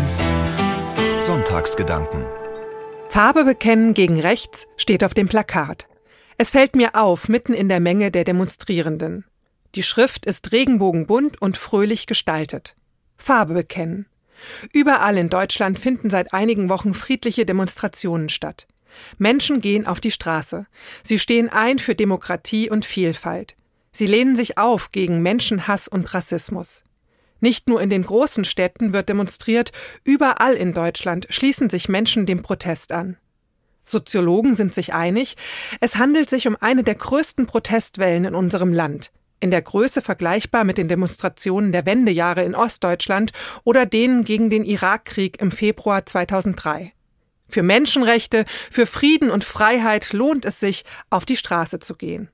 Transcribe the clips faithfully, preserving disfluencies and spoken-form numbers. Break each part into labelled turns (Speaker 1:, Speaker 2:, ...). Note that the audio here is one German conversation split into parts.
Speaker 1: eins Sonntagsgedanken.
Speaker 2: Farbe bekennen gegen rechts steht auf dem Plakat. Es fällt mir auf, mitten in der Menge der Demonstrierenden. Die Schrift ist regenbogenbunt und fröhlich gestaltet. Farbe bekennen. Überall in Deutschland finden seit einigen Wochen friedliche Demonstrationen statt. Menschen gehen auf die Straße. Sie stehen ein für Demokratie und Vielfalt. Sie lehnen sich auf gegen Menschenhass und Rassismus. Nicht nur in den großen Städten wird demonstriert, überall in Deutschland schließen sich Menschen dem Protest an. Soziologen sind sich einig, es handelt sich um eine der größten Protestwellen in unserem Land. In der Größe vergleichbar mit den Demonstrationen der Wendejahre in Ostdeutschland oder denen gegen den Irakkrieg im Februar zweitausenddrei. Für Menschenrechte, für Frieden und Freiheit lohnt es sich, auf die Straße zu gehen.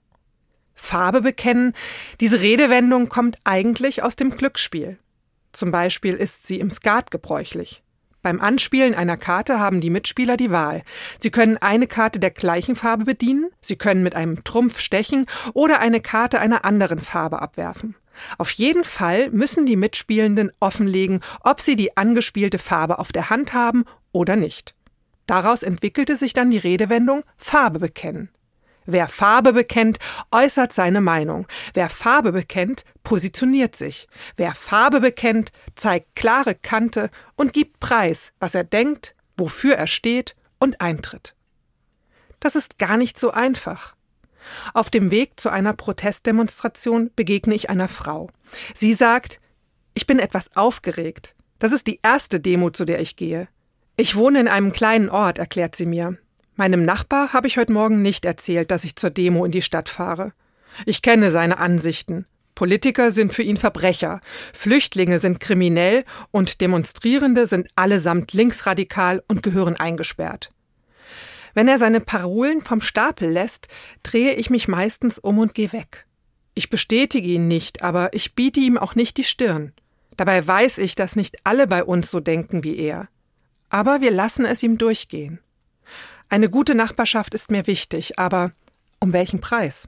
Speaker 2: Farbe bekennen, diese Redewendung kommt eigentlich aus dem Glücksspiel. Zum Beispiel ist sie im Skat gebräuchlich. Beim Anspielen einer Karte haben die Mitspieler die Wahl. Sie können eine Karte der gleichen Farbe bedienen, sie können mit einem Trumpf stechen oder eine Karte einer anderen Farbe abwerfen. Auf jeden Fall müssen die Mitspielenden offenlegen, ob sie die angespielte Farbe auf der Hand haben oder nicht. Daraus entwickelte sich dann die Redewendung Farbe bekennen. Wer Farbe bekennt, äußert seine Meinung. Wer Farbe bekennt, positioniert sich. Wer Farbe bekennt, zeigt klare Kante und gibt preis, was er denkt, wofür er steht und eintritt. Das ist gar nicht so einfach. Auf dem Weg zu einer Protestdemonstration begegne ich einer Frau. Sie sagt, ich bin etwas aufgeregt. Das ist die erste Demo, zu der ich gehe. Ich wohne in einem kleinen Ort, erklärt sie mir. Meinem Nachbar habe ich heute Morgen nicht erzählt, dass ich zur Demo in die Stadt fahre. Ich kenne seine Ansichten. Politiker sind für ihn Verbrecher, Flüchtlinge sind kriminell und Demonstrierende sind allesamt linksradikal und gehören eingesperrt. Wenn er seine Parolen vom Stapel lässt, drehe ich mich meistens um und gehe weg. Ich bestätige ihn nicht, aber ich biete ihm auch nicht die Stirn. Dabei weiß ich, dass nicht alle bei uns so denken wie er. Aber wir lassen es ihm durchgehen. Eine gute Nachbarschaft ist mir wichtig, aber um welchen Preis?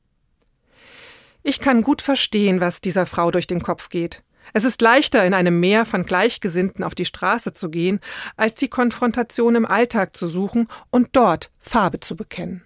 Speaker 2: Ich kann gut verstehen, was dieser Frau durch den Kopf geht. Es ist leichter, in einem Meer von Gleichgesinnten auf die Straße zu gehen, als die Konfrontation im Alltag zu suchen und dort Farbe zu bekennen.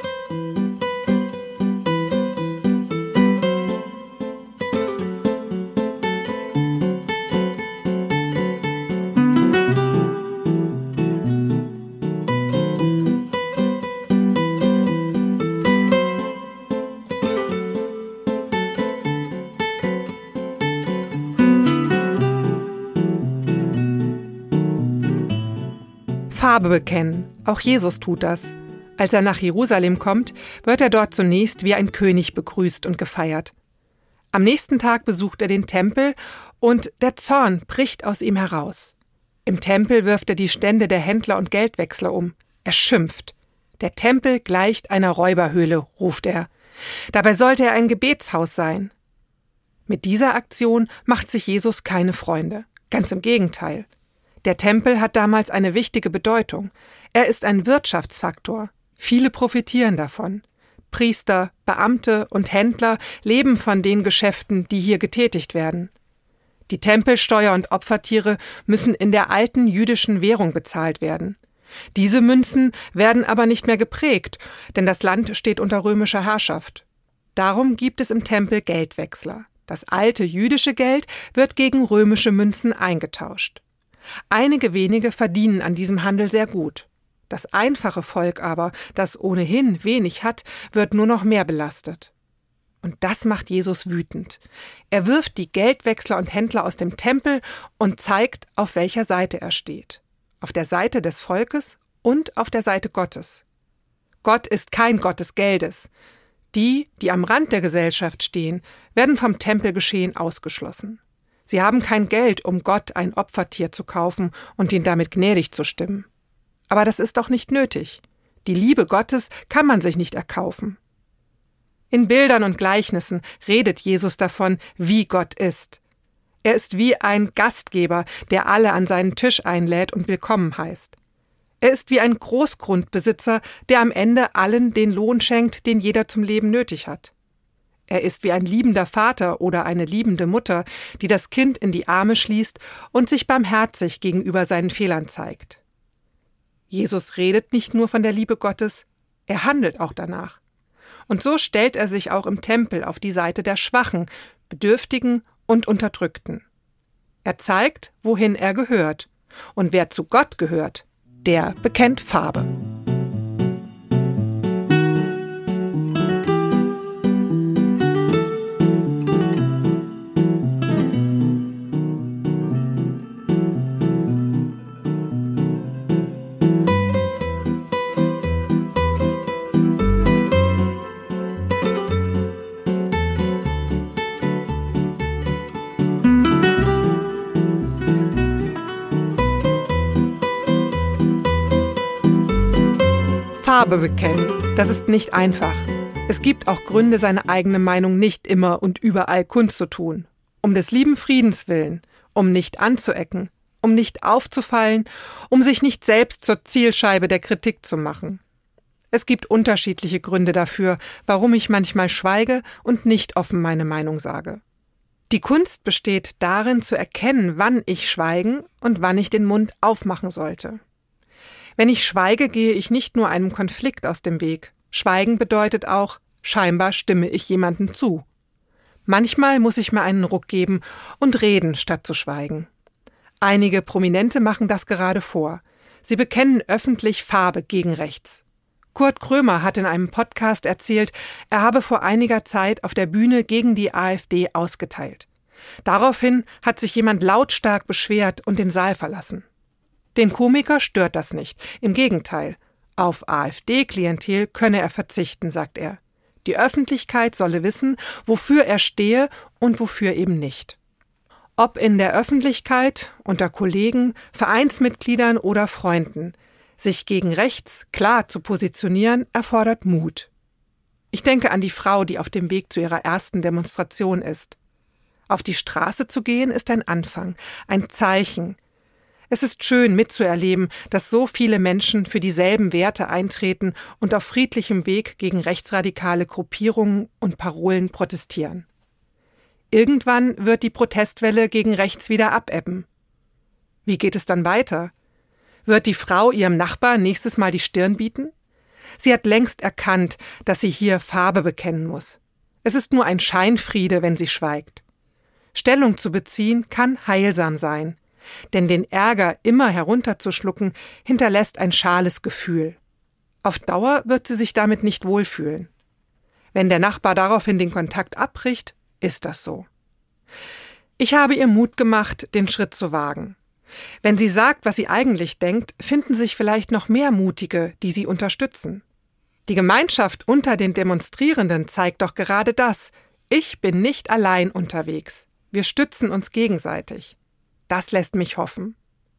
Speaker 2: Farbe bekennen. Auch Jesus tut das. Als er nach Jerusalem kommt, wird er dort zunächst wie ein König begrüßt und gefeiert. Am nächsten Tag besucht er den Tempel und der Zorn bricht aus ihm heraus. Im Tempel wirft er die Stände der Händler und Geldwechsler um. Er schimpft. Der Tempel gleicht einer Räuberhöhle, ruft er. Dabei sollte er ein Gebetshaus sein. Mit dieser Aktion macht sich Jesus keine Freunde. Ganz im Gegenteil. Der Tempel hat damals eine wichtige Bedeutung. Er ist ein Wirtschaftsfaktor. Viele profitieren davon. Priester, Beamte und Händler leben von den Geschäften, die hier getätigt werden. Die Tempelsteuer und Opfertiere müssen in der alten jüdischen Währung bezahlt werden. Diese Münzen werden aber nicht mehr geprägt, denn das Land steht unter römischer Herrschaft. Darum gibt es im Tempel Geldwechsler. Das alte jüdische Geld wird gegen römische Münzen eingetauscht. Einige wenige verdienen an diesem Handel sehr gut. Das einfache Volk aber, das ohnehin wenig hat, wird nur noch mehr belastet. Und das macht Jesus wütend. Er wirft die Geldwechsler und Händler aus dem Tempel und zeigt, auf welcher Seite er steht. Auf der Seite des Volkes und auf der Seite Gottes. Gott ist kein Gott des Geldes. Die, die am Rand der Gesellschaft stehen, werden vom Tempelgeschehen ausgeschlossen. Sie haben kein Geld, um Gott ein Opfertier zu kaufen und ihn damit gnädig zu stimmen. Aber das ist doch nicht nötig. Die Liebe Gottes kann man sich nicht erkaufen. In Bildern und Gleichnissen redet Jesus davon, wie Gott ist. Er ist wie ein Gastgeber, der alle an seinen Tisch einlädt und willkommen heißt. Er ist wie ein Großgrundbesitzer, der am Ende allen den Lohn schenkt, den jeder zum Leben nötig hat. Er ist wie ein liebender Vater oder eine liebende Mutter, die das Kind in die Arme schließt und sich barmherzig gegenüber seinen Fehlern zeigt. Jesus redet nicht nur von der Liebe Gottes, er handelt auch danach. Und so stellt er sich auch im Tempel auf die Seite der Schwachen, Bedürftigen und Unterdrückten. Er zeigt, wohin er gehört. Und wer zu Gott gehört, der bekennt Farbe. Farbe bekennen, das ist nicht einfach. Es gibt auch Gründe, seine eigene Meinung nicht immer und überall kundzutun. Um des lieben Friedens willen, um nicht anzuecken, um nicht aufzufallen, um sich nicht selbst zur Zielscheibe der Kritik zu machen. Es gibt unterschiedliche Gründe dafür, warum ich manchmal schweige und nicht offen meine Meinung sage. Die Kunst besteht darin, zu erkennen, wann ich schweigen und wann ich den Mund aufmachen sollte. Wenn ich schweige, gehe ich nicht nur einem Konflikt aus dem Weg. Schweigen bedeutet auch, scheinbar stimme ich jemandem zu. Manchmal muss ich mir einen Ruck geben und reden, statt zu schweigen. Einige Prominente machen das gerade vor. Sie bekennen öffentlich Farbe gegen rechts. Kurt Krömer hat in einem Podcast erzählt, er habe vor einiger Zeit auf der Bühne gegen die AfD ausgeteilt. Daraufhin hat sich jemand lautstark beschwert und den Saal verlassen. Den Komiker stört das nicht, im Gegenteil. Auf AfD-Klientel könne er verzichten, sagt er. Die Öffentlichkeit solle wissen, wofür er stehe und wofür eben nicht. Ob in der Öffentlichkeit, unter Kollegen, Vereinsmitgliedern oder Freunden, sich gegen rechts klar zu positionieren, erfordert Mut. Ich denke an die Frau, die auf dem Weg zu ihrer ersten Demonstration ist. Auf die Straße zu gehen, ist ein Anfang, ein Zeichen. Es ist schön mitzuerleben, dass so viele Menschen für dieselben Werte eintreten und auf friedlichem Weg gegen rechtsradikale Gruppierungen und Parolen protestieren. Irgendwann wird die Protestwelle gegen rechts wieder abebben. Wie geht es dann weiter? Wird die Frau ihrem Nachbar nächstes Mal die Stirn bieten? Sie hat längst erkannt, dass sie hier Farbe bekennen muss. Es ist nur ein Scheinfriede, wenn sie schweigt. Stellung zu beziehen kann heilsam sein. Denn den Ärger immer herunterzuschlucken, hinterlässt ein schales Gefühl. Auf Dauer wird sie sich damit nicht wohlfühlen. Wenn der Nachbar daraufhin den Kontakt abbricht, ist das so. Ich habe ihr Mut gemacht, den Schritt zu wagen. Wenn sie sagt, was sie eigentlich denkt, finden sich vielleicht noch mehr Mutige, die sie unterstützen. Die Gemeinschaft unter den Demonstrierenden zeigt doch gerade das. Ich bin nicht allein unterwegs. Wir stützen uns gegenseitig. Das lässt mich hoffen.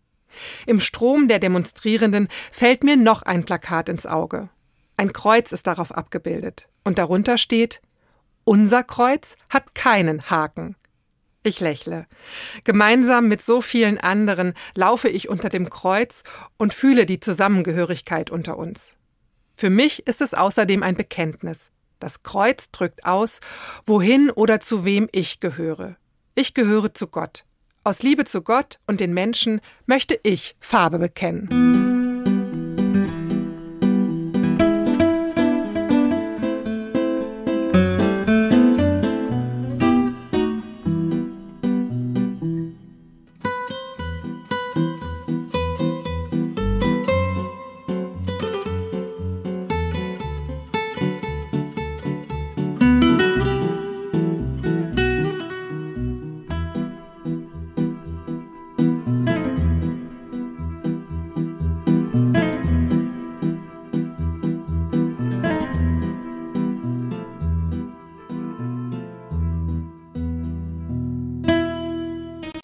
Speaker 2: Im Strom der Demonstrierenden fällt mir noch ein Plakat ins Auge. Ein Kreuz ist darauf abgebildet. Und darunter steht: Unser Kreuz hat keinen Haken. Ich lächle. Gemeinsam mit so vielen anderen laufe ich unter dem Kreuz und fühle die Zusammengehörigkeit unter uns. Für mich ist es außerdem ein Bekenntnis. Das Kreuz drückt aus, wohin oder zu wem ich gehöre. Ich gehöre zu Gott. Aus Liebe zu Gott und den Menschen möchte ich Farbe bekennen.